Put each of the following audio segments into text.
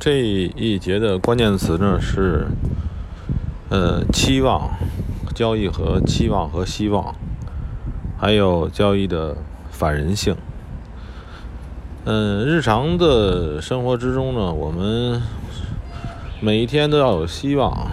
这一节的关键词呢是期望交易和期望和希望，还有交易的反人性。日常的生活之中呢，我们每一天都要有希望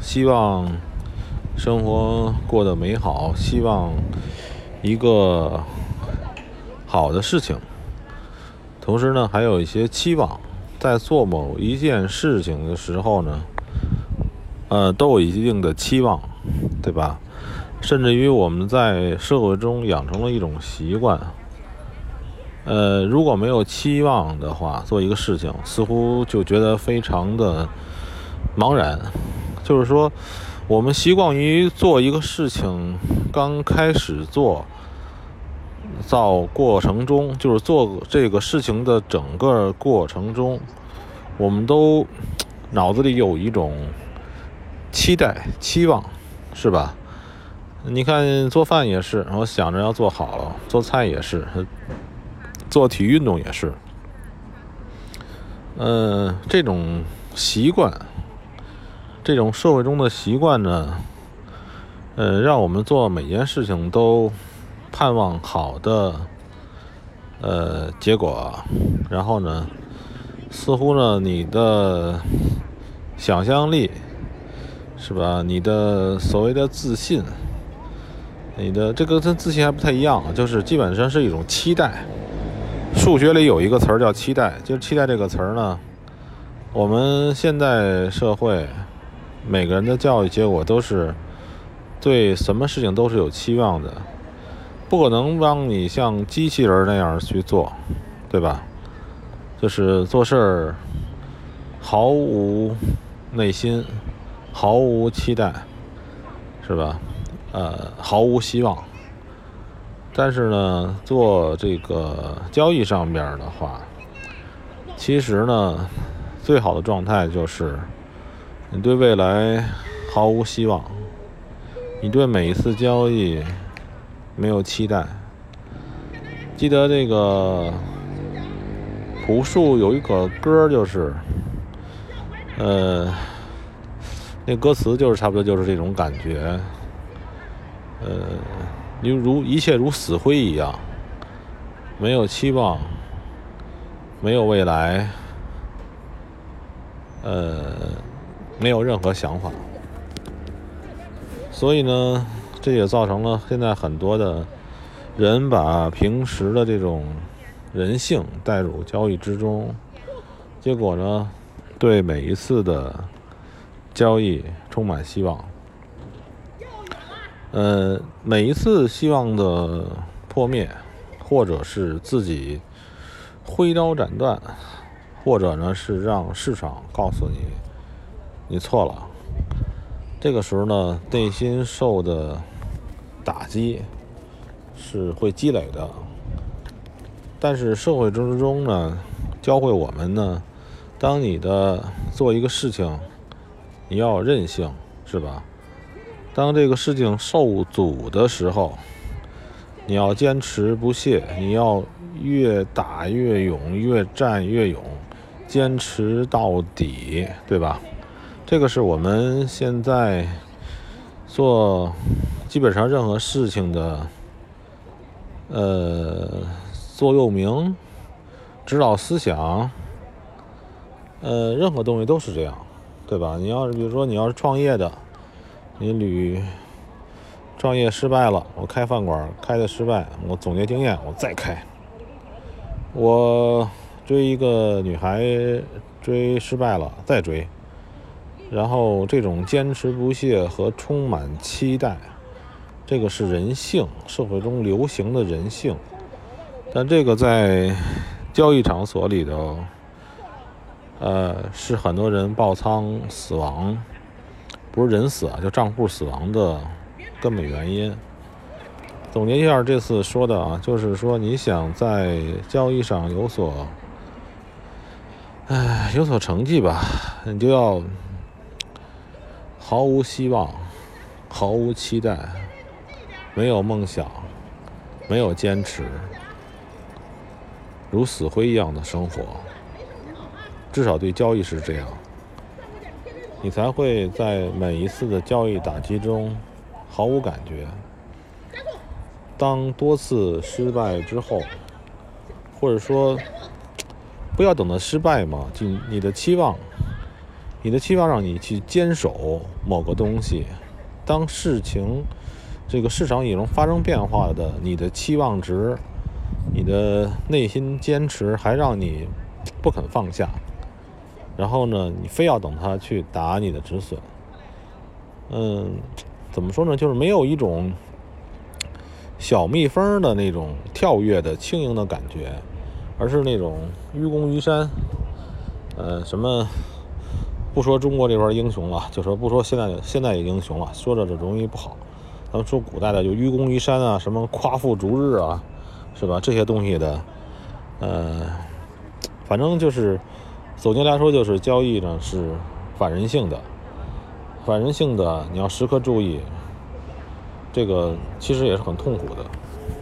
生活过得美好，希望一个好的事情，同时呢还有一些期望，在做某一件事情的时候呢都有一定的期望，对吧？甚至于我们在社会中养成了一种习惯，如果没有期望的话，做一个事情似乎就觉得非常的茫然。就是说我们习惯于做一个事情，刚开始做到过程中，就是做这个事情的整个过程中，我们都脑子里有一种期待期望，是吧？你看做饭也是，我想着要做好了，做菜也是，做体育运动也是。这种习惯，这种社会中的习惯呢，让我们做每件事情都盼望好的结果，然后呢，似乎呢你的想象力，是吧？你的所谓的自信，你的这个跟自信还不太一样，就是基本上是一种期待。数学里有一个词儿叫期待，就是期待这个词儿呢，我们现代社会每个人的教育结果都是对什么事情都是有期望的，不可能让你像机器人那样去做，对吧？就是做事儿毫无内心，毫无期待，是吧？毫无希望。但是呢，做这个交易上边的话，其实呢，最好的状态就是你对未来毫无希望，你对每一次交易没有期待。记得这个朴树有一个歌，就是那歌词就是差不多就是这种感觉，一切如死灰一样，没有期望，没有未来，没有任何想法。所以呢，这也造成了现在很多的人把平时的这种人性带入交易之中，结果呢，对每一次的交易充满希望。每一次希望的破灭，或者是自己挥刀斩断，或者呢是让市场告诉你错了，这个时候呢，内心受的打击是会积累的。但是社会之中呢，教会我们呢，当你的做一个事情，你要有韧性，是吧？当这个事情受阻的时候，你要坚持不懈，你要越打越勇，越战越勇，坚持到底，对吧？这个是我们现在做基本上任何事情的座右铭、指导思想，任何东西都是这样，对吧？你要是比如说你要是创业的，你创业失败了，我开饭馆开的失败，我总结经验，我再开。我追一个女孩追失败了，再追。然后这种坚持不懈和充满期待，这个是人性，社会中流行的人性。但这个在交易场所里头，是很多人爆仓死亡，不是人死啊，就账户死亡的根本原因。总结一下这次说的啊，就是说你想在交易上有所成绩吧，你就要毫无希望，毫无期待，没有梦想，没有坚持，如死灰一样的生活。 至少对交易是这样，你才会在每一次的交易打击中毫无感觉。当多次失败之后，或者说不要等到失败嘛，就你的期望让你去坚守某个东西，当这个市场已经发生变化的，你的期望值，你的内心坚持还让你不肯放下，然后呢，你非要等它去打你的止损。怎么说呢，就是没有一种小蜜蜂的那种跳跃的轻盈的感觉，而是那种愚公移山。什么不说中国这边英雄了，就说不说现在也英雄了，说着这容易不好。咱们说古代的就愚公移山啊，什么夸父逐日啊，是吧？这些东西的，反正就是总结来说，就是交易呢是反人性的，你要时刻注意，这个其实也是很痛苦的。